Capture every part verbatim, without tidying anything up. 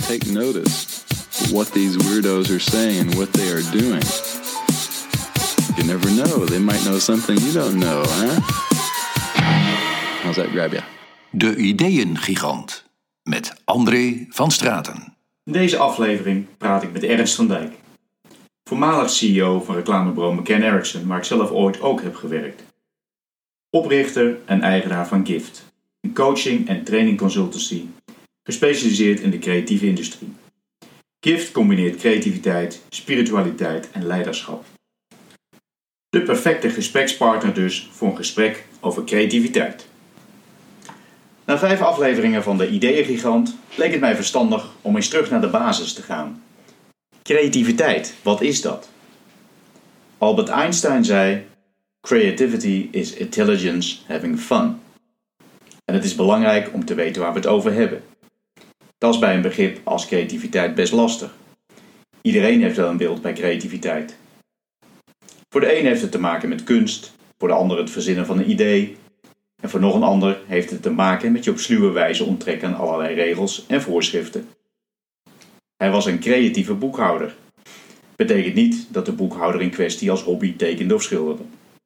take notice of what these weirdos are saying and what they are doing. You never know. They might know something you don't know, huh? How's that grab ya? De Ideeëngigant met André van Straten. In deze aflevering praat ik met Ernst van Dijk. Voormalig C E O van reclamebureau McCann Erickson, waar ik zelf ooit ook heb gewerkt. Oprichter en eigenaar van Gift, een coaching- en training consultancy, gespecialiseerd in de creatieve industrie. Gift combineert creativiteit, spiritualiteit en leiderschap. De perfecte gesprekspartner dus voor een gesprek over creativiteit. Na vijf afleveringen van de Ideeëngigant leek het mij verstandig om eens terug naar de basis te gaan. Creativiteit, wat is dat? Albert Einstein zei: Creativity is intelligence having fun. En het is belangrijk om te weten waar we het over hebben. Dat is bij een begrip als creativiteit best lastig. Iedereen heeft wel een beeld bij creativiteit. Voor de een heeft het te maken met kunst, voor de ander het verzinnen van een idee. En voor nog een ander heeft het te maken met je op sluwe wijze onttrekken aan allerlei regels en voorschriften. Hij was een creatieve boekhouder. Betekent niet dat de boekhouder in kwestie als hobby tekende of schilderde.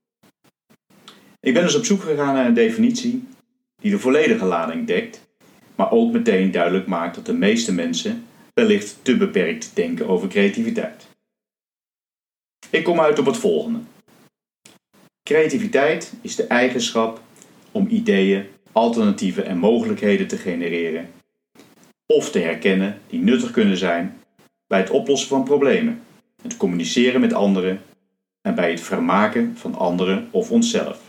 Ik ben dus op zoek gegaan naar een definitie die de volledige lading dekt, maar ook meteen duidelijk maakt dat de meeste mensen wellicht te beperkt denken over creativiteit. Ik kom uit op het volgende. Creativiteit is de eigenschap om ideeën, alternatieven en mogelijkheden te genereren of te herkennen die nuttig kunnen zijn bij het oplossen van problemen, het communiceren met anderen en bij het vermaken van anderen of onszelf.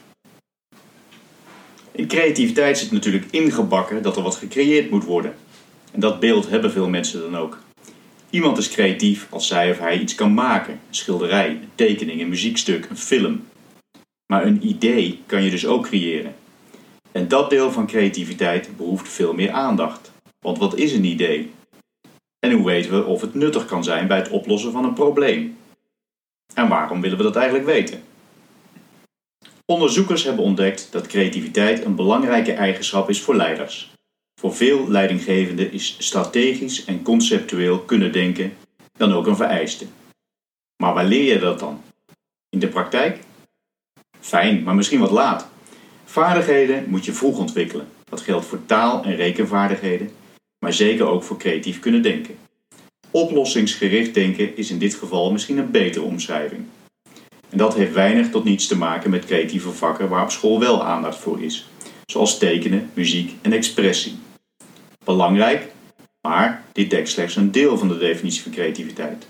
In creativiteit zit natuurlijk ingebakken dat er wat gecreëerd moet worden. En dat beeld hebben veel mensen dan ook. Iemand is creatief als zij of hij iets kan maken. Een schilderij, een tekening, een muziekstuk, een film. Maar een idee kan je dus ook creëren. En dat deel van creativiteit behoeft veel meer aandacht. Want wat is een idee? En hoe weten we of het nuttig kan zijn bij het oplossen van een probleem? En waarom willen we dat eigenlijk weten? Onderzoekers hebben ontdekt dat creativiteit een belangrijke eigenschap is voor leiders. Voor veel leidinggevenden is strategisch en conceptueel kunnen denken dan ook een vereiste. Maar waar leer je dat dan? In de praktijk? Fijn, maar misschien wat laat. Vaardigheden moet je vroeg ontwikkelen. Dat geldt voor taal- en rekenvaardigheden, maar zeker ook voor creatief kunnen denken. Oplossingsgericht denken is in dit geval misschien een betere omschrijving. En dat heeft weinig tot niets te maken met creatieve vakken waar op school wel aandacht voor is, zoals tekenen, muziek en expressie. Belangrijk, maar dit dekt slechts een deel van de definitie van creativiteit.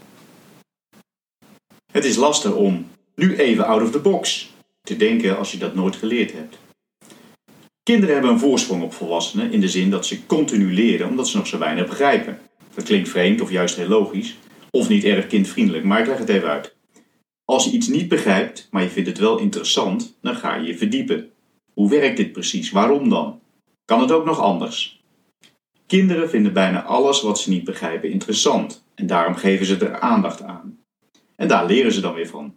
Het is lastig om, nu even out of the box, te denken als je dat nooit geleerd hebt. Kinderen hebben een voorsprong op volwassenen in de zin dat ze continu leren omdat ze nog zo weinig begrijpen. Dat klinkt vreemd of juist heel logisch, of niet erg kindvriendelijk, maar ik leg het even uit. Als je iets niet begrijpt, maar je vindt het wel interessant, dan ga je je verdiepen. Hoe werkt dit precies? Waarom dan? Kan het ook nog anders? Kinderen vinden bijna alles wat ze niet begrijpen interessant en daarom geven ze er aandacht aan. En daar leren ze dan weer van.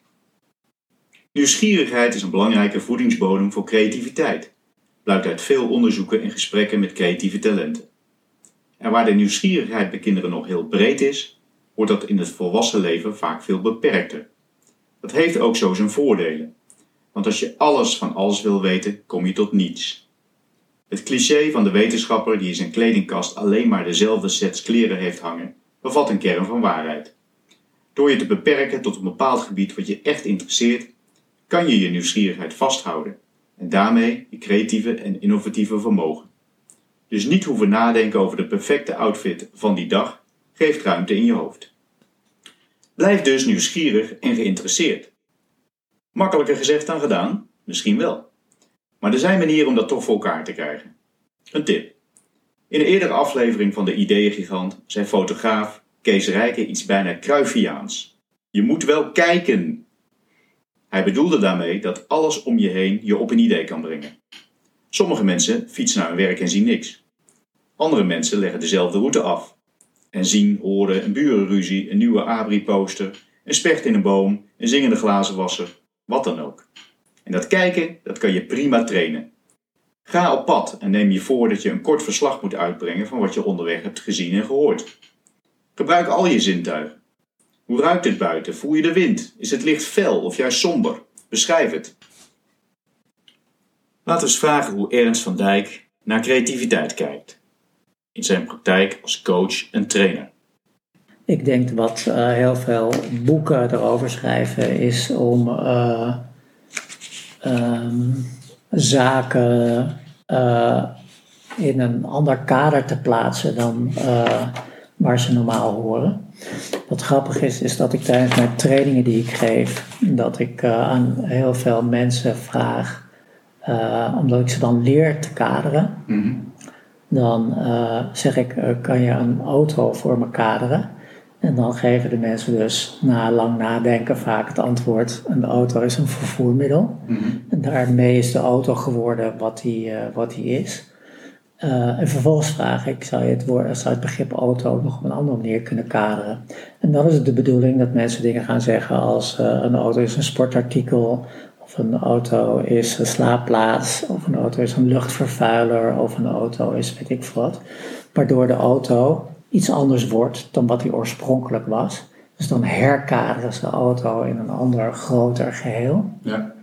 Nieuwsgierigheid is een belangrijke voedingsbodem voor creativiteit. Blijkt uit veel onderzoeken en gesprekken met creatieve talenten. En waar de nieuwsgierigheid bij kinderen nog heel breed is, wordt dat in het volwassen leven vaak veel beperkter. Dat heeft ook zo zijn voordelen. Want als je alles van alles wil weten, kom je tot niets. Het cliché van de wetenschapper die in zijn kledingkast alleen maar dezelfde sets kleren heeft hangen, bevat een kern van waarheid. Door je te beperken tot een bepaald gebied wat je echt interesseert, kan je je nieuwsgierigheid vasthouden en daarmee je creatieve en innovatieve vermogen. Dus niet hoeven nadenken over de perfecte outfit van die dag, geeft ruimte in je hoofd. Blijf dus nieuwsgierig en geïnteresseerd. Makkelijker gezegd dan gedaan? Misschien wel. Maar er zijn manieren om dat toch voor elkaar te krijgen. Een tip. In een eerdere aflevering van de Ideeëngigant zei fotograaf Kees Rijken iets bijna Cruyffiaans. Je moet wel kijken. Hij bedoelde daarmee dat alles om je heen je op een idee kan brengen. Sommige mensen fietsen naar hun werk en zien niks. Andere mensen leggen dezelfde route af. En zien, horen een burenruzie, een nieuwe abri-poster, een specht in een boom, een zingende glazenwasser, wat dan ook. En dat kijken, dat kan je prima trainen. Ga op pad en neem je voor dat je een kort verslag moet uitbrengen van wat je onderweg hebt gezien en gehoord. Gebruik al je zintuigen. Hoe ruikt het buiten? Voel je de wind? Is het licht fel of juist somber? Beschrijf het. Laten we eens vragen hoe Ernst van Dijk naar creativiteit kijkt. In zijn praktijk als coach en trainer. Ik denk wat uh, heel veel boeken erover schrijven is om uh, um, zaken uh, in een ander kader te plaatsen dan uh, waar ze normaal horen. Wat grappig is, is dat ik tijdens mijn trainingen die ik geef, dat ik uh, aan heel veel mensen vraag, uh, omdat ik ze dan leer te kaderen, mm-hmm. dan uh, zeg ik, uh, kan je een auto voor me kaderen? En dan geven de mensen dus na lang nadenken vaak het antwoord, een auto is een vervoermiddel. Mm-hmm. En daarmee is de auto geworden wat die, uh, wat die is. Uh, en vervolgens vraag ik, zou je, het woord, zou je het begrip auto nog op een andere manier kunnen kaderen? En dan is het de bedoeling dat mensen dingen gaan zeggen als uh, een auto is een sportartikel, of een auto is een slaapplaats, of een auto is een luchtvervuiler, of een auto is weet ik wat. Waardoor de auto iets anders wordt dan wat die oorspronkelijk was. Dus dan herkaderen ze de auto in een ander, groter geheel. Ja.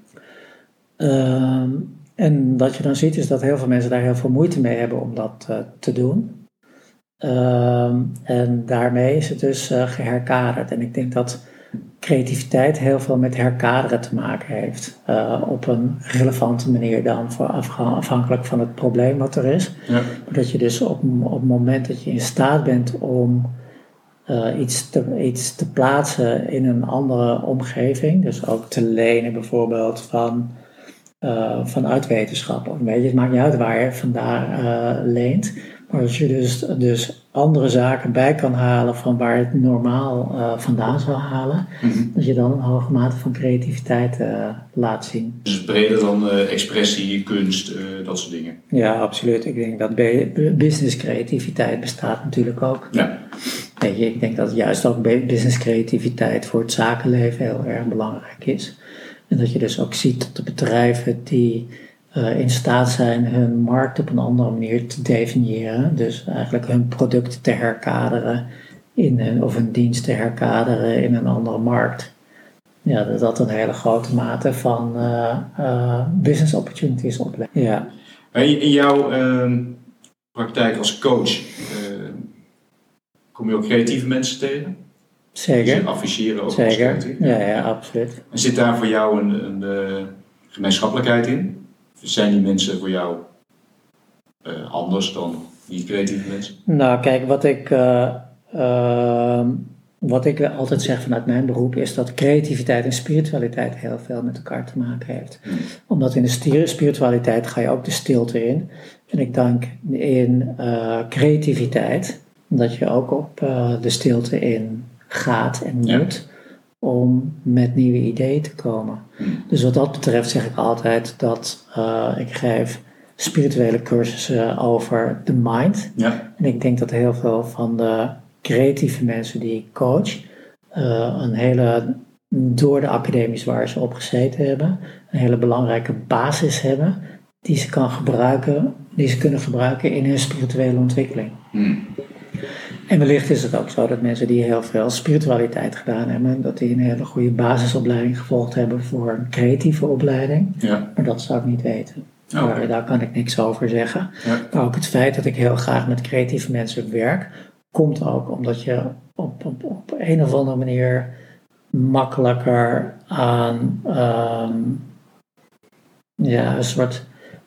Uh, en wat je dan ziet is dat heel veel mensen daar heel veel moeite mee hebben om dat uh, te doen. Uh, en daarmee is het dus uh, geherkaderd. En ik denk dat creativiteit heel veel met herkaderen te maken heeft. Uh, op een relevante manier dan, voor afha- afhankelijk van het probleem wat er is. Ja. Maar dat je dus op, op het moment dat je in staat bent om uh, iets, te, iets te plaatsen in een andere omgeving. Dus ook te lenen bijvoorbeeld van, uh, vanuit wetenschap. Of, weet je, het maakt niet uit waar je vandaar uh, leent. Maar als je dus, dus andere zaken bij kan halen van waar je het normaal uh, vandaan zou halen, mm-hmm. dat je dan een hoge mate van creativiteit uh, laat zien. Dus breder dan uh, expressie, kunst, uh, dat soort dingen? Ja, absoluut. Ik denk dat be- business creativiteit bestaat natuurlijk ook. Ja. Weet je, ik denk dat juist ook business creativiteit voor het zakenleven heel erg belangrijk is. En dat je dus ook ziet dat de bedrijven die Uh, in staat zijn hun markt op een andere manier te definiëren. Dus eigenlijk hun product te herkaderen in hun, of hun dienst te herkaderen in een andere markt. Ja, dat dat een hele grote mate van uh, uh, business opportunities oplevert. Ja. In jouw uh, praktijk als coach, uh, kom je ook creatieve mensen tegen? Zeker. Dus adviseren ook. Zeker, ja, ja, absoluut. En zit daar voor jou een, een uh, gemeenschappelijkheid in? Zijn die mensen voor jou uh, anders dan die creatieve mensen? Nou, kijk, wat ik, uh, uh, wat ik altijd zeg vanuit mijn beroep is dat creativiteit en spiritualiteit heel veel met elkaar te maken heeft. Hmm. Omdat in de spiritualiteit ga je ook de stilte in. En ik denk in uh, creativiteit dat je ook op uh, de stilte in gaat en moet. Ja. Om met nieuwe ideeën te komen. Hmm. Dus wat dat betreft zeg ik altijd dat uh, ik geef spirituele cursussen over de mind. Ja. En ik denk dat heel veel van de creatieve mensen die ik coach uh, een hele, door de academies waar ze op gezeten hebben, een hele belangrijke basis hebben die ze kan gebruiken, die ze kunnen gebruiken in hun spirituele ontwikkeling. Hmm. En wellicht is het ook zo dat mensen die heel veel spiritualiteit gedaan hebben, dat die een hele goede basisopleiding gevolgd hebben voor een creatieve opleiding. Ja. Maar dat zou ik niet weten. Okay. Maar daar kan ik niks over zeggen. Ja. Maar ook het feit dat ik heel graag met creatieve mensen werk, komt ook omdat je op, op, op een of andere manier makkelijker aan um, ja, een soort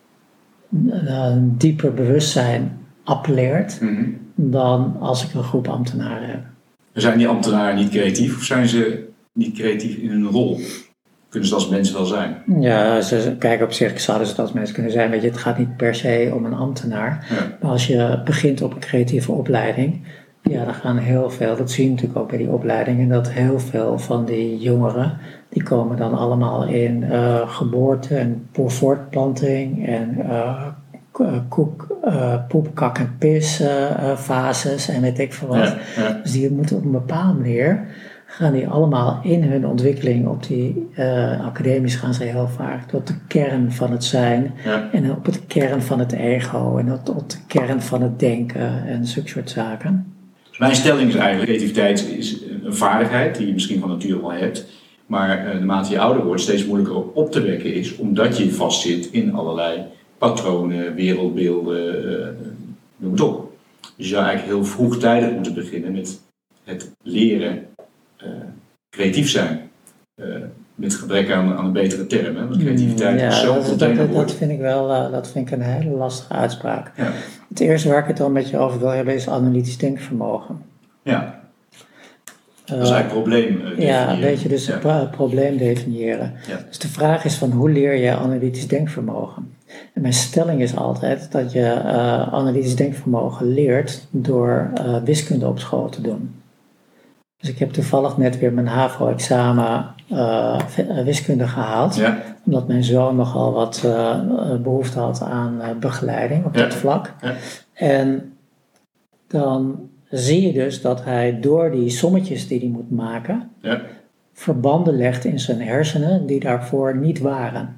een dieper bewustzijn appelleert. Mm-hmm. Dan als ik een groep ambtenaren heb. Zijn die ambtenaren niet creatief of zijn ze niet creatief in hun rol? Kunnen ze als mensen wel zijn? Ja, ze kijken op zich, zouden ze het als mensen kunnen zijn. Weet je, het gaat niet per se om een ambtenaar. Ja. Maar als je begint op een creatieve opleiding, ja, dan gaan heel veel, dat zie je natuurlijk ook bij die opleidingen, dat heel veel van die jongeren, die komen dan allemaal in uh, geboorte en voortplanting en uh, koek, uh, poep, kak en pis uh, fases en weet ik veel wat. Ja, ja. Dus die moeten op een bepaalde manier gaan die allemaal in hun ontwikkeling op die uh, academisch gaan ze heel vaak tot de kern van het zijn Ja. en op het kern van het ego en tot de kern van het denken en zulke soort zaken. Dus mijn stelling is eigenlijk, creativiteit is een vaardigheid die je misschien van nature al hebt, maar uh, naarmate je ouder wordt steeds moeilijker op, op te wekken is, omdat je vastzit in allerlei patronen, wereldbeelden, uh, noem het op. Dus je zou eigenlijk heel vroegtijdig moeten beginnen met het leren uh, creatief zijn. Uh, met gebrek aan, aan een betere term. Hè? Want creativiteit ja, is zo'n dat, container dat, dat, woord. dat vind ik wel uh, dat vind ik een hele lastige uitspraak. Ja. Het eerste waar ik het al met je over wil hebben is analytisch denkvermogen. Ja. Dat is eigenlijk het probleem uh, definiëren. Ja, een beetje dus ja. het pro- probleem definiëren. Ja. Dus de vraag is van hoe leer je analytisch denkvermogen? En mijn stelling is altijd dat je uh, analytisch denkvermogen leert door uh, wiskunde op school te doen. Dus ik heb toevallig net weer mijn HAVO-examen uh, wiskunde gehaald. Ja. Omdat mijn zoon nogal wat uh, behoefte had aan uh, begeleiding op Ja. dat vlak. Ja. En dan zie je dus dat hij door die sommetjes die hij moet maken, Ja. verbanden legt in zijn hersenen die daarvoor niet waren.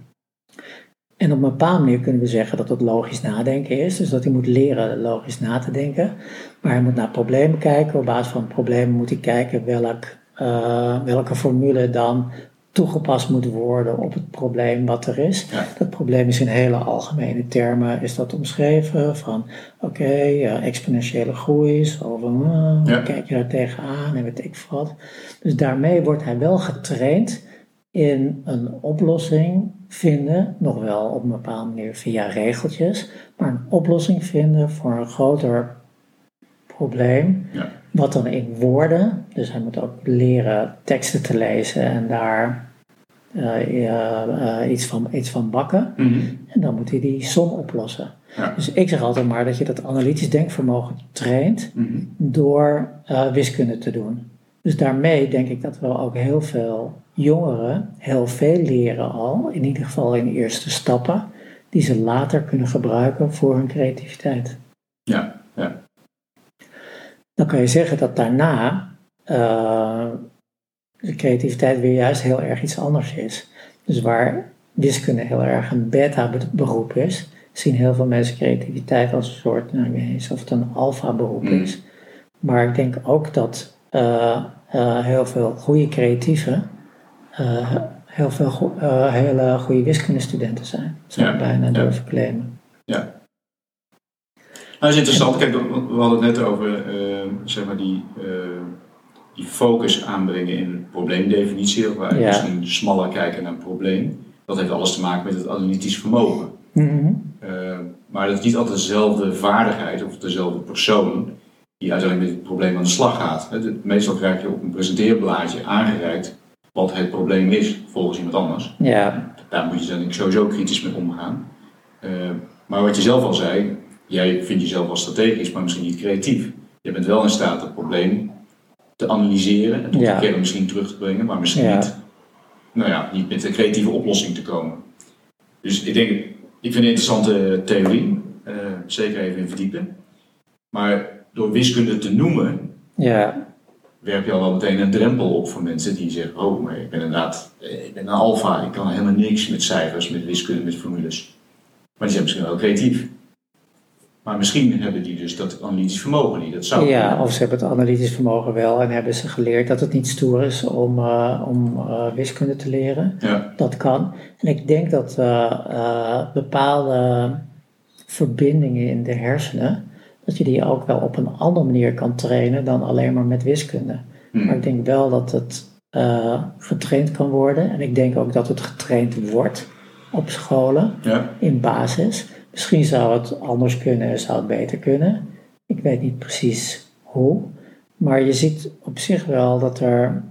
En op een bepaalde manier kunnen we zeggen dat het logisch nadenken is. Dus dat hij moet leren logisch na te denken. Maar hij moet naar problemen kijken. Op basis van problemen moet hij kijken welk, uh, welke formule dan toegepast moet worden op het probleem wat er is. Ja. Dat probleem is in hele algemene termen is dat omschreven van oké, okay, uh, exponentiële groei, zo van uh, Ja. kijk je daar tegenaan en weet ik wat. Dus daarmee wordt hij wel getraind in een oplossing vinden, nog wel op een bepaalde manier via regeltjes, maar een oplossing vinden voor een groter probleem, Ja. wat dan in woorden, dus hij moet ook leren teksten te lezen en daar uh, uh, uh, iets, van, iets van bakken, Mm-hmm. en dan moet hij die som oplossen. Ja. Dus ik zeg altijd maar dat je dat analytisch denkvermogen traint Mm-hmm. door uh, wiskunde te doen. Dus daarmee denk ik dat we ook heel veel jongeren heel veel leren al, in ieder geval in eerste stappen, die ze later kunnen gebruiken voor hun creativiteit. Ja. Ja. Dan kan je zeggen dat daarna uh, de creativiteit weer juist heel erg iets anders is. Dus waar wiskunde heel erg een beta-beroep is, zien heel veel mensen creativiteit als een soort, nou, ik weet niet of het een alfa-beroep Mm. is. Maar ik denk ook dat uh, uh, heel veel goede creatieven uh, heel veel go- uh, hele goede wiskundestudenten zijn. Zou ik Ja, bijna ja. durven claimen. Ja. Nou, dat is interessant. Kijk, we we hadden het net over uh, zeg maar die, uh, die focus aanbrengen in probleemdefinitie. Of waar Ja. misschien smaller kijken naar een probleem. Dat heeft alles te maken met het analytisch vermogen. Mm-hmm. Uh, maar dat is niet altijd dezelfde vaardigheid of dezelfde persoon die uiteindelijk met het probleem aan de slag gaat. He, meestal krijg je op een presenteerblaadje aangereikt wat het probleem is volgens iemand anders. Ja, Daar moet je dan sowieso kritisch mee omgaan. Uh, maar wat je zelf al zei, jij vindt jezelf wel strategisch, maar misschien niet creatief. Je bent wel in staat het probleem te analyseren en tot Ja. de kern misschien terug te brengen, maar misschien Ja. niet, nou ja, niet met een creatieve oplossing te komen. Dus ik denk, ik vind het een interessante theorie, uh, zeker even in verdiepen. Maar door wiskunde te noemen, ja, werp je al wel meteen een drempel op voor mensen die zeggen, oh, maar ik ben inderdaad, ik ben een alfa, ik kan helemaal niks met cijfers, met wiskunde, met formules. Maar die zijn misschien wel creatief. Maar misschien hebben die dus dat analytisch vermogen niet, dat zou ja, kunnen. of ze hebben het analytisch vermogen wel en hebben ze geleerd dat het niet stoer is om, uh, om uh, wiskunde te leren. Ja, Dat kan. En ik denk dat uh, uh, bepaalde verbindingen in de hersenen, dat je die ook wel op een andere manier kan trainen dan alleen maar met wiskunde. hm. Maar ik denk wel dat het uh, getraind kan worden. En ik denk ook dat het getraind wordt op scholen, ja, in basis. Misschien zou het anders kunnen, zou het beter kunnen. Ik weet niet precies hoe. Maar je ziet op zich wel dat er,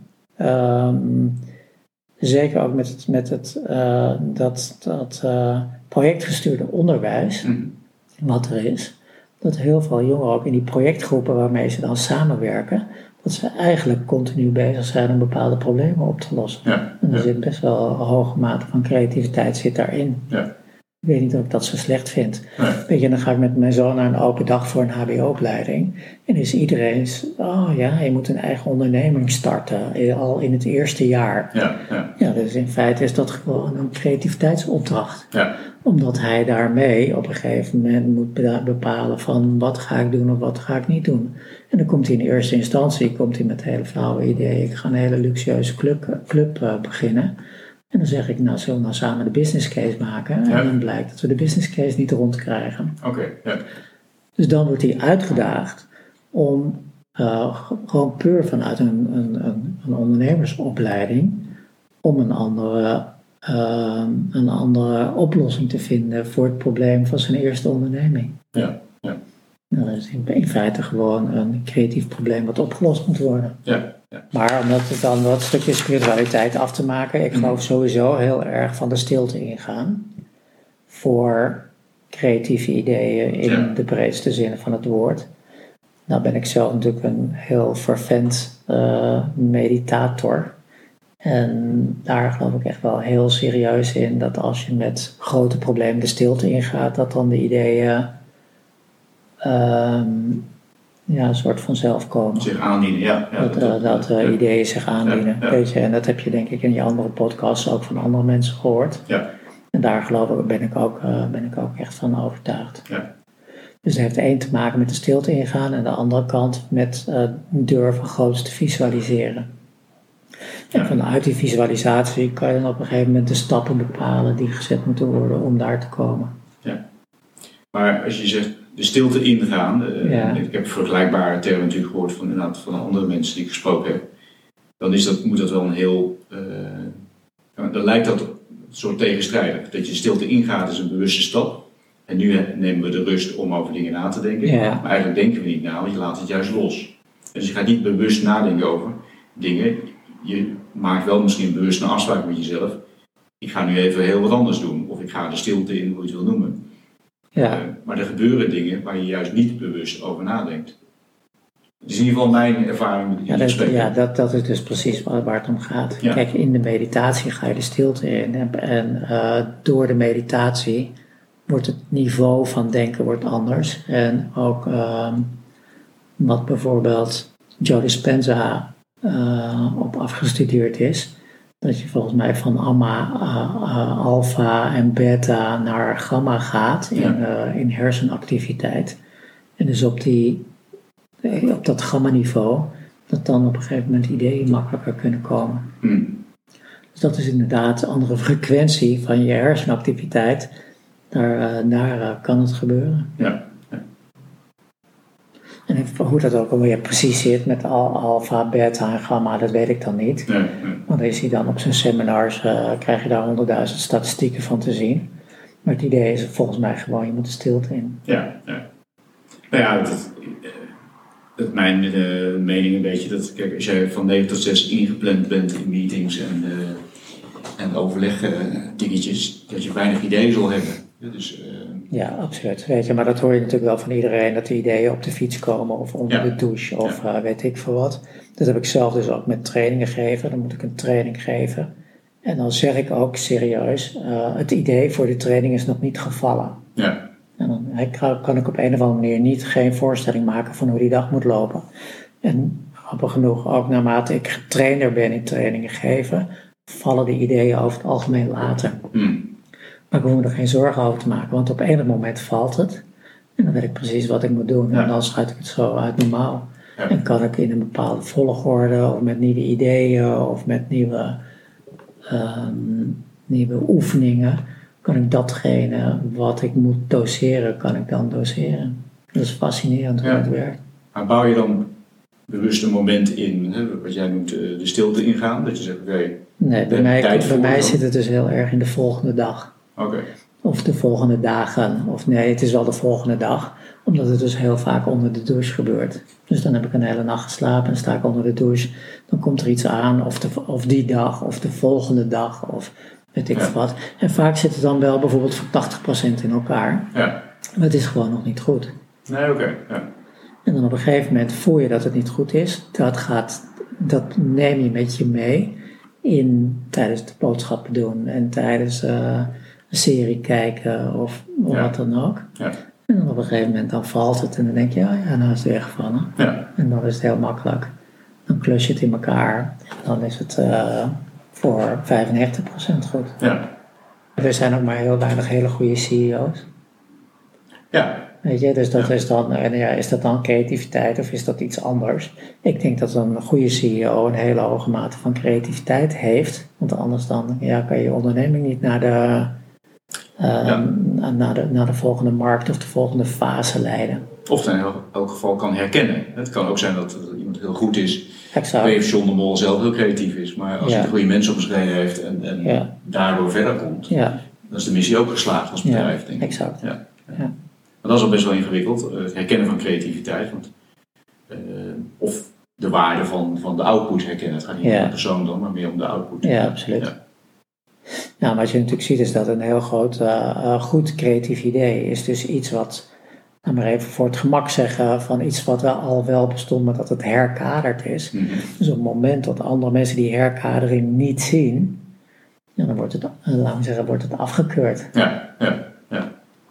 um, zeker ook met het, met het uh, dat, dat uh, projectgestuurde onderwijs, hm. wat er is, dat heel veel jongeren ook in die projectgroepen waarmee ze dan samenwerken, dat ze eigenlijk continu bezig zijn om bepaalde problemen op te lossen. ja, En er ja, zit best wel een hoge mate van creativiteit zit daarin. ja. Ik weet niet of ik dat zo slecht vind. Nee. Weet je, dan ga ik met mijn zoon naar een open dag voor een H B O-opleiding. En is iedereen, oh ja, je moet een eigen onderneming starten, al in het eerste jaar. Ja, ja. Ja, dus in feite is dat gewoon een creativiteitsopdracht. Ja. Omdat hij daarmee op een gegeven moment moet bepalen van wat ga ik doen of wat ga ik niet doen. En dan komt hij in eerste instantie komt hij met hele flauwe ideeën. Ik ga een hele luxueuze club, club uh, beginnen. En dan zeg ik, nou zullen we nou samen de business case maken. Ja. En dan blijkt dat we de business case niet rondkrijgen. Oké, okay, ja. Dus dan wordt hij uitgedaagd om uh, gewoon puur vanuit een, een, een, een ondernemersopleiding om een andere, uh, een andere oplossing te vinden voor het probleem van zijn eerste onderneming. Ja, ja. Nou, dat is in, in feite gewoon een creatief probleem wat opgelost moet worden. Ja. Ja. Maar om dat dan wat stukje spiritualiteit af te maken, ik geloof sowieso heel erg van de stilte ingaan voor creatieve ideeën in Ja. de breedste zin van het woord. Nou ben ik zelf natuurlijk een heel fervent uh, meditator. En daar geloof ik echt wel heel serieus in dat als je met grote problemen de stilte ingaat, dat dan de ideeën um, ja, een soort vanzelf komen. Zich aandienen, ja. ja dat uh, dat uh, ja. ideeën zich aandienen. Ja, ja. Weet je, en dat heb je denk ik in je andere podcasts ook van andere mensen gehoord. Ja. En daar geloof ik, ben ik ook, uh, ben ik ook echt van overtuigd. Ja. Dus het heeft één te maken met de stilte ingaan en de andere kant met uh, durven groots te visualiseren. En Ja. vanuit die visualisatie kan je dan op een gegeven moment de stappen bepalen die gezet moeten worden om daar te komen. Ja. Maar als je zegt de stilte ingaan, uh, Ja. ik heb vergelijkbare termen natuurlijk gehoord van, inderdaad, van andere mensen die ik gesproken heb, dan is dat, moet dat wel een heel, uh, dan lijkt dat een soort tegenstrijdig. Dat je stilte ingaat is een bewuste stap. En nu nemen we de rust om over dingen na te denken. Ja. Maar eigenlijk denken we niet na, want je laat het juist los. Dus je gaat niet bewust nadenken over dingen. Je maakt wel misschien een bewust een afspraak met jezelf. Ik ga nu even heel wat anders doen. Of ik ga de stilte in, hoe je het wil noemen. Ja. Uh, maar er gebeuren dingen waar je juist niet bewust over nadenkt. Dat is in ieder geval mijn ervaring met Ja, die dat, gesprekken. ja dat, dat is dus precies waar, waar het om gaat. Ja. Kijk, in de meditatie ga je de stilte in. En, en uh, door de meditatie wordt het niveau van denken wordt anders. En ook uh, wat bijvoorbeeld Joe Dispenza uh, op afgestudeerd is. Dat je volgens mij van amma, uh, uh, alpha en beta naar gamma gaat in, Ja. uh, in hersenactiviteit. En dus op, die, op dat gamma-niveau, dat dan op een gegeven moment ideeën makkelijker kunnen komen. Hmm. Dus dat is inderdaad een andere frequentie van je hersenactiviteit. Daar, uh, daar uh, kan het gebeuren. Ja. Ja. En hoe dat ook alweer precies zit met al, alpha, beta en gamma, dat weet ik dan niet. Nee, nee. Want is hij dan op zijn seminars, uh, krijg je daar honderdduizend statistieken van te zien. Maar het idee is volgens mij gewoon, je moet de stilte in. Ja, ja. Nou ja, dat, dat is mijn uh, mening een beetje. Dat, kijk, als jij van negen tot zes ingepland bent in meetings en, uh, en overleg uh, dingetjes, dat je weinig ideeën zal hebben. Ja, dus, uh, Ja, absoluut. Weet je, maar dat hoor je natuurlijk wel van iedereen, dat de ideeën op de fiets komen of onder Ja. de douche of Ja. uh, weet ik veel wat. Dat heb ik zelf dus ook met trainingen geven. Dan moet ik een training geven. En dan zeg ik ook serieus, uh, het idee voor de training is nog niet gevallen. ja, En dan he, kan ik op een of andere manier niet geen voorstelling maken van hoe die dag moet lopen. En grappig genoeg, ook naarmate ik getrainder ben in trainingen geven, vallen die ideeën over het algemeen later. hmm. Maar ik hoef me er geen zorgen over te maken, want op enig moment valt het. En dan weet ik precies wat ik moet doen. Ja. En dan schuit ik het zo uit normaal. Ja. En kan ik in een bepaalde volgorde, of met nieuwe ideeën, of met nieuwe, um, nieuwe oefeningen, kan ik datgene wat ik moet doseren, kan ik dan doseren. Dat is fascinerend hoe Ja. het werkt. Maar bouw je dan bewust een moment in, hè, wat jij noemt uh, de stilte ingaan? Dat je zegt, oké, okay, Nee, bij de mij, tijd bij voor mij dan? zit het dus heel erg in de volgende dag. oké. Okay. Of de volgende dagen. Of nee, het is wel de volgende dag. Omdat het dus heel vaak onder de douche gebeurt. Dus dan heb ik een hele nacht geslapen en sta ik onder de douche. Dan komt er iets aan. Of, de, of die dag. Of de volgende dag. Of weet ik Ja. wat. En vaak zit het dan wel bijvoorbeeld voor tachtig procent in elkaar. Ja. Maar het is gewoon nog niet goed. Nee, oké. Okay. Ja. En dan op een gegeven moment voel je dat het niet goed is. Dat, gaat, dat neem je met je mee. In, tijdens de boodschappen doen. En tijdens... Uh, een serie kijken of Ja. wat dan ook. Ja. En dan op een gegeven moment dan valt het en dan denk je, ja, ja nou is het weggevallen. Ja. En dan is het heel makkelijk. Dan klus je het in elkaar. En dan is het uh, voor vijfennegentig procent goed. Ja. Er zijn ook maar heel weinig hele goede C E O's. Ja. Weet je, dus dat Ja. is dan, en ja, is dat dan creativiteit of is dat iets anders? Ik denk dat een goede C E O een hele hoge mate van creativiteit heeft. Want anders dan ja, kan je je onderneming niet naar de, uh, Ja. naar, de, naar de volgende markt of de volgende fase leiden. Of in elk geval kan herkennen. Het kan ook zijn dat iemand heel goed is. Exact. Weet of John de Mol zelf heel creatief is. Maar als Ja. hij de goede mensen op zijn rij heeft en, en Ja. daardoor verder komt, Ja, dan is de missie ook geslaagd als bedrijf, ja, denk ik. exact. Ja. Ja. Maar dat is al best wel ingewikkeld, uh, het herkennen van creativiteit. Want, uh, of de waarde van, van de output herkennen. Het gaat niet Ja. om de persoon dan, maar meer om de output. Ja, absoluut. Ja. Nou, wat je natuurlijk ziet is dat een heel groot, uh, uh, goed creatief idee is dus iets wat, nou maar even voor het gemak zeggen, van iets wat wel al wel bestond, maar dat het herkaderd is. Mm-hmm. Dus op het moment dat andere mensen die herkadering niet zien, ja, dan wordt het, uh, laten we zeggen, wordt het afgekeurd. Ja, ja, ja.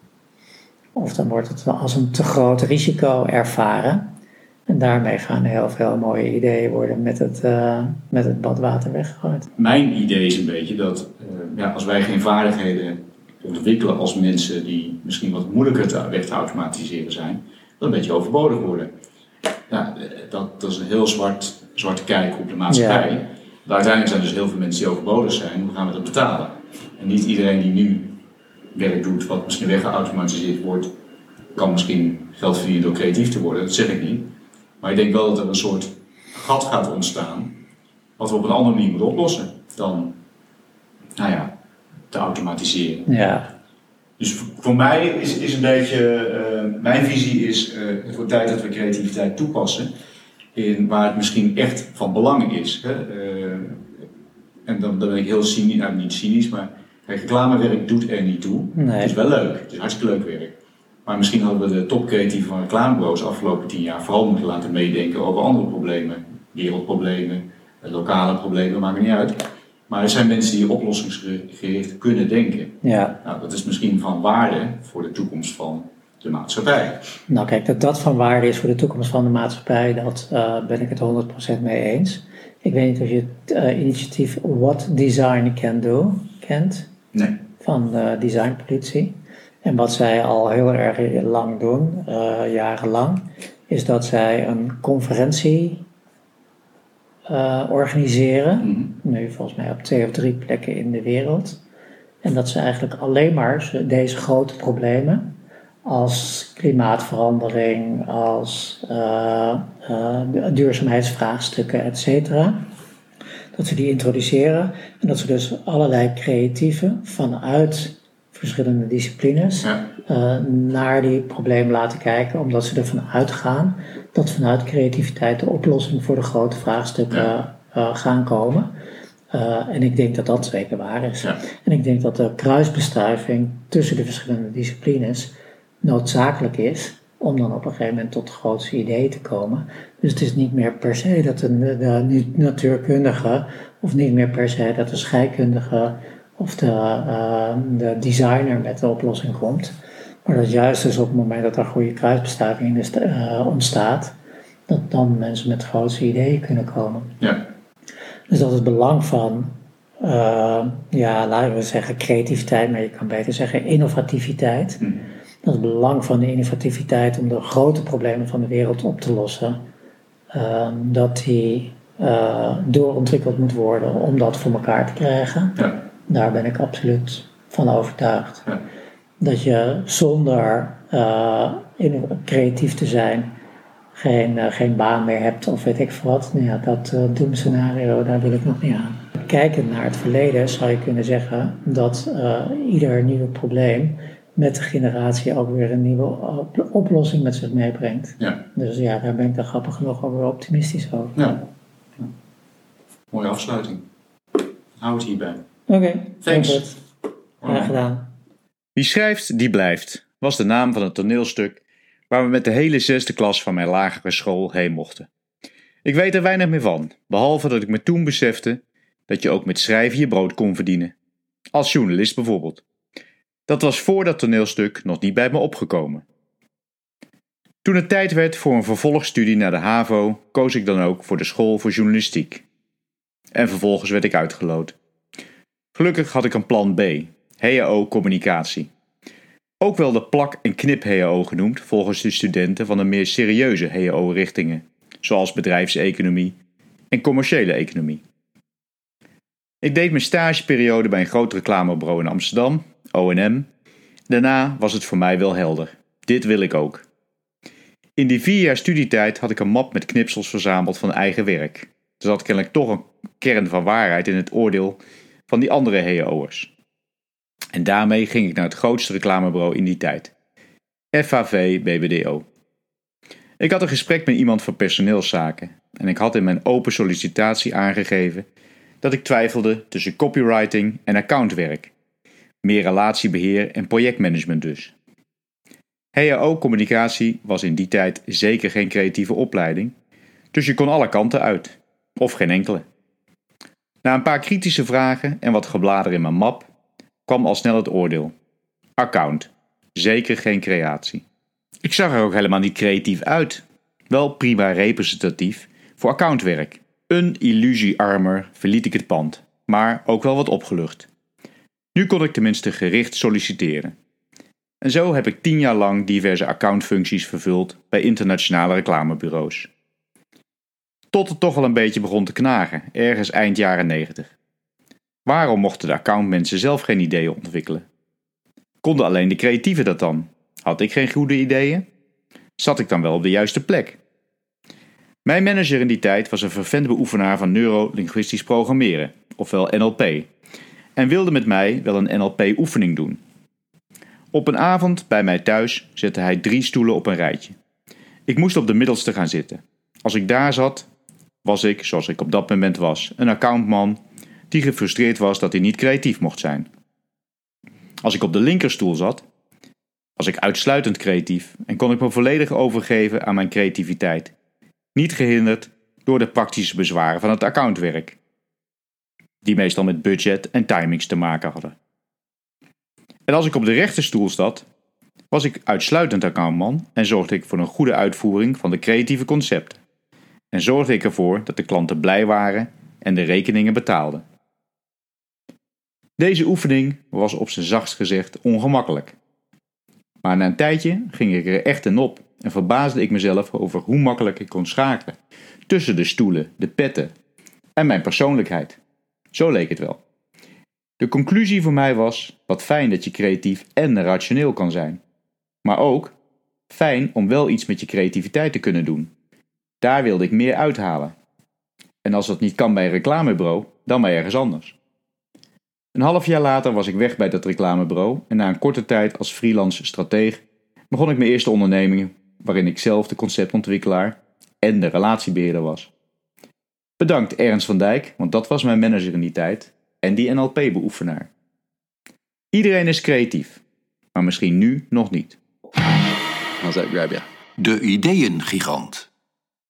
Of dan wordt het wel als een te groot risico ervaren. En daarmee gaan heel veel mooie ideeën worden met het, uh, met het badwater weggegooid. Mijn idee is een beetje dat uh, ja, als wij geen vaardigheden ontwikkelen als mensen die misschien wat moeilijker te, weg te automatiseren zijn, dat een beetje overbodig worden. Ja, dat, dat is een heel zwart, zwarte kijk op de maatschappij. Ja. Maar uiteindelijk zijn er dus heel veel mensen die overbodig zijn, dan gaan we dat betalen. En niet iedereen die nu werk doet wat misschien weggeautomatiseerd wordt, kan misschien geld verdienen door creatief te worden, dat zeg ik niet. Maar ik denk wel dat er een soort gat gaat ontstaan, wat we op een andere manier moeten oplossen dan, nou ja, te automatiseren. Ja. Dus voor mij is, is een beetje, uh, mijn visie is, uh, het wordt tijd dat we creativiteit toepassen in waar het misschien echt van belang is. Hè? Uh, en dan, dan ben ik heel cynisch, nou niet cynisch, maar kijk, reclamewerk doet er niet toe. Nee. Het is wel leuk, het is hartstikke leuk werk. Maar misschien hadden we de topcreatieven van reclamebureaus de afgelopen tien jaar vooral moeten laten meedenken over andere problemen. Wereldproblemen, lokale problemen, maakt niet uit. Maar er zijn mensen die oplossingsgericht kunnen denken. Ja. Nou, dat is misschien van waarde voor de toekomst van de maatschappij. Nou kijk, dat dat van waarde is voor de toekomst van de maatschappij, dat uh, ben ik het honderd procent mee eens. Ik weet niet of je het uh, initiatief What Design Can Do kent. Nee. Van de designpolitie. En wat zij al heel erg lang doen, uh, jarenlang, is dat zij een conferentie uh, organiseren. Mm-hmm. Nu volgens mij op twee of drie plekken in de wereld. En dat ze eigenlijk alleen maar deze grote problemen, als klimaatverandering, als uh, uh, duurzaamheidsvraagstukken, et cetera, dat ze die introduceren en dat ze dus allerlei creatieven vanuit verschillende disciplines Ja. uh, naar die problemen laten kijken, omdat ze ervan uitgaan dat vanuit creativiteit de oplossing voor de grote vraagstukken Ja. uh, gaan komen. Uh, en ik denk dat dat zeker waar is. Ja. En ik denk dat de kruisbestuiving tussen de verschillende disciplines noodzakelijk is om dan op een gegeven moment tot de grootste ideeën te komen. Dus het is niet meer per se dat de, de natuurkundige, of niet meer per se dat de scheikundige of de, uh, de designer met de oplossing komt. Maar dat juist dus op het moment dat er goede kruisbestuiving in de, uh, ontstaat, dat dan mensen met grootste ideeën kunnen komen. Ja. Dus dat is het belang van, uh, ja, laten we zeggen creativiteit, maar je kan beter zeggen innovativiteit. Hm. Dat is het belang van de innovativiteit om de grote problemen van de wereld op te lossen. Uh, dat die uh, doorontwikkeld moet worden om dat voor elkaar te krijgen. Ja. Daar ben ik absoluut van overtuigd. Ja. Dat je zonder uh, creatief te zijn geen, uh, geen baan meer hebt of weet ik veel wat. Nou ja, dat uh, doemscenario, daar wil ik nog niet aan. Kijkend naar het verleden zou je kunnen zeggen dat uh, ieder nieuw probleem met de generatie ook weer een nieuwe op- oplossing met zich meebrengt. Ja. Dus ja, daar ben ik dan grappig genoeg ook weer optimistisch over. Ja. Ja. Mooie afsluiting. Hou het hierbij. Oké, okay, Thanks. Graag gedaan. Wie schrijft, die blijft, was de naam van het toneelstuk waar we met de hele zesde klas van mijn lagere school heen mochten. Ik weet er weinig meer van, behalve dat ik me toen besefte dat je ook met schrijven je brood kon verdienen. Als journalist bijvoorbeeld. Dat was voor dat toneelstuk nog niet bij me opgekomen. Toen het tijd werd voor een vervolgstudie naar de HAVO, koos ik dan ook voor de school voor journalistiek. En vervolgens werd ik uitgeloot. Gelukkig had ik een plan B, H A O communicatie. Ook wel de plak- en knip-H A O genoemd volgens de studenten van de meer serieuze H A O-richtingen, zoals bedrijfseconomie en commerciële economie. Ik deed mijn stageperiode bij een groot reclamebureau in Amsterdam, O en M. Daarna was het voor mij wel helder. Dit wil ik ook. In die vier jaar studietijd had ik een map met knipsels verzameld van eigen werk. Er zat kennelijk toch een kern van waarheid in het oordeel van die andere H A O'ers. En daarmee ging ik naar het grootste reclamebureau in die tijd. F H V B B D O. Ik had een gesprek met iemand van personeelszaken en ik had in mijn open sollicitatie aangegeven dat ik twijfelde tussen copywriting en accountwerk. Meer relatiebeheer en projectmanagement dus. H A O-communicatie was in die tijd zeker geen creatieve opleiding, dus je kon alle kanten uit, of geen enkele. Na een paar kritische vragen en wat geblader in mijn map, kwam al snel het oordeel. Account, zeker geen creatie. Ik zag er ook helemaal niet creatief uit. Wel prima representatief voor accountwerk. Een illusiearmer verliet ik het pand, maar ook wel wat opgelucht. Nu kon ik tenminste gericht solliciteren. En zo heb ik tien jaar lang diverse accountfuncties vervuld bij internationale reclamebureaus. Tot het toch wel een beetje begon te knagen, ergens eind jaren negentig. Waarom mochten de accountmensen zelf geen ideeën ontwikkelen? Konden alleen de creatieven dat dan? Had ik geen goede ideeën? Zat ik dan wel op de juiste plek? Mijn manager in die tijd was een fervent beoefenaar van neurolinguistisch programmeren, ofwel N L P, en wilde met mij wel een N L P-oefening doen. Op een avond bij mij thuis zette hij drie stoelen op een rijtje. Ik moest op de middelste gaan zitten. Als ik daar zat, was ik, zoals ik op dat moment was, een accountman die gefrustreerd was dat hij niet creatief mocht zijn. Als ik op de linkerstoel zat, was ik uitsluitend creatief en kon ik me volledig overgeven aan mijn creativiteit, niet gehinderd door de praktische bezwaren van het accountwerk, die meestal met budget en timings te maken hadden. En als ik op de rechterstoel zat, was ik uitsluitend accountman en zorgde ik voor een goede uitvoering van de creatieve concepten. En zorgde ik ervoor dat de klanten blij waren en de rekeningen betaalden. Deze oefening was op zijn zachtst gezegd ongemakkelijk. Maar na een tijdje ging ik er echt in op en verbaasde ik mezelf over hoe makkelijk ik kon schakelen tussen de stoelen, de petten en mijn persoonlijkheid. Zo leek het wel. De conclusie voor mij was, wat fijn dat je creatief en rationeel kan zijn. Maar ook, fijn om wel iets met je creativiteit te kunnen doen. Daar wilde ik meer uithalen. En als dat niet kan bij een reclamebureau, dan bij ergens anders. Een half jaar later was ik weg bij dat reclamebureau en na een korte tijd als freelance strateeg begon ik mijn eerste onderneming waarin ik zelf de conceptontwikkelaar en de relatiebeheerder was. Bedankt Ernst van Dijk, want dat was mijn manager in die tijd en die N L P-beoefenaar. Iedereen is creatief, maar misschien nu nog niet. How's that grab you? De ideeëngigant.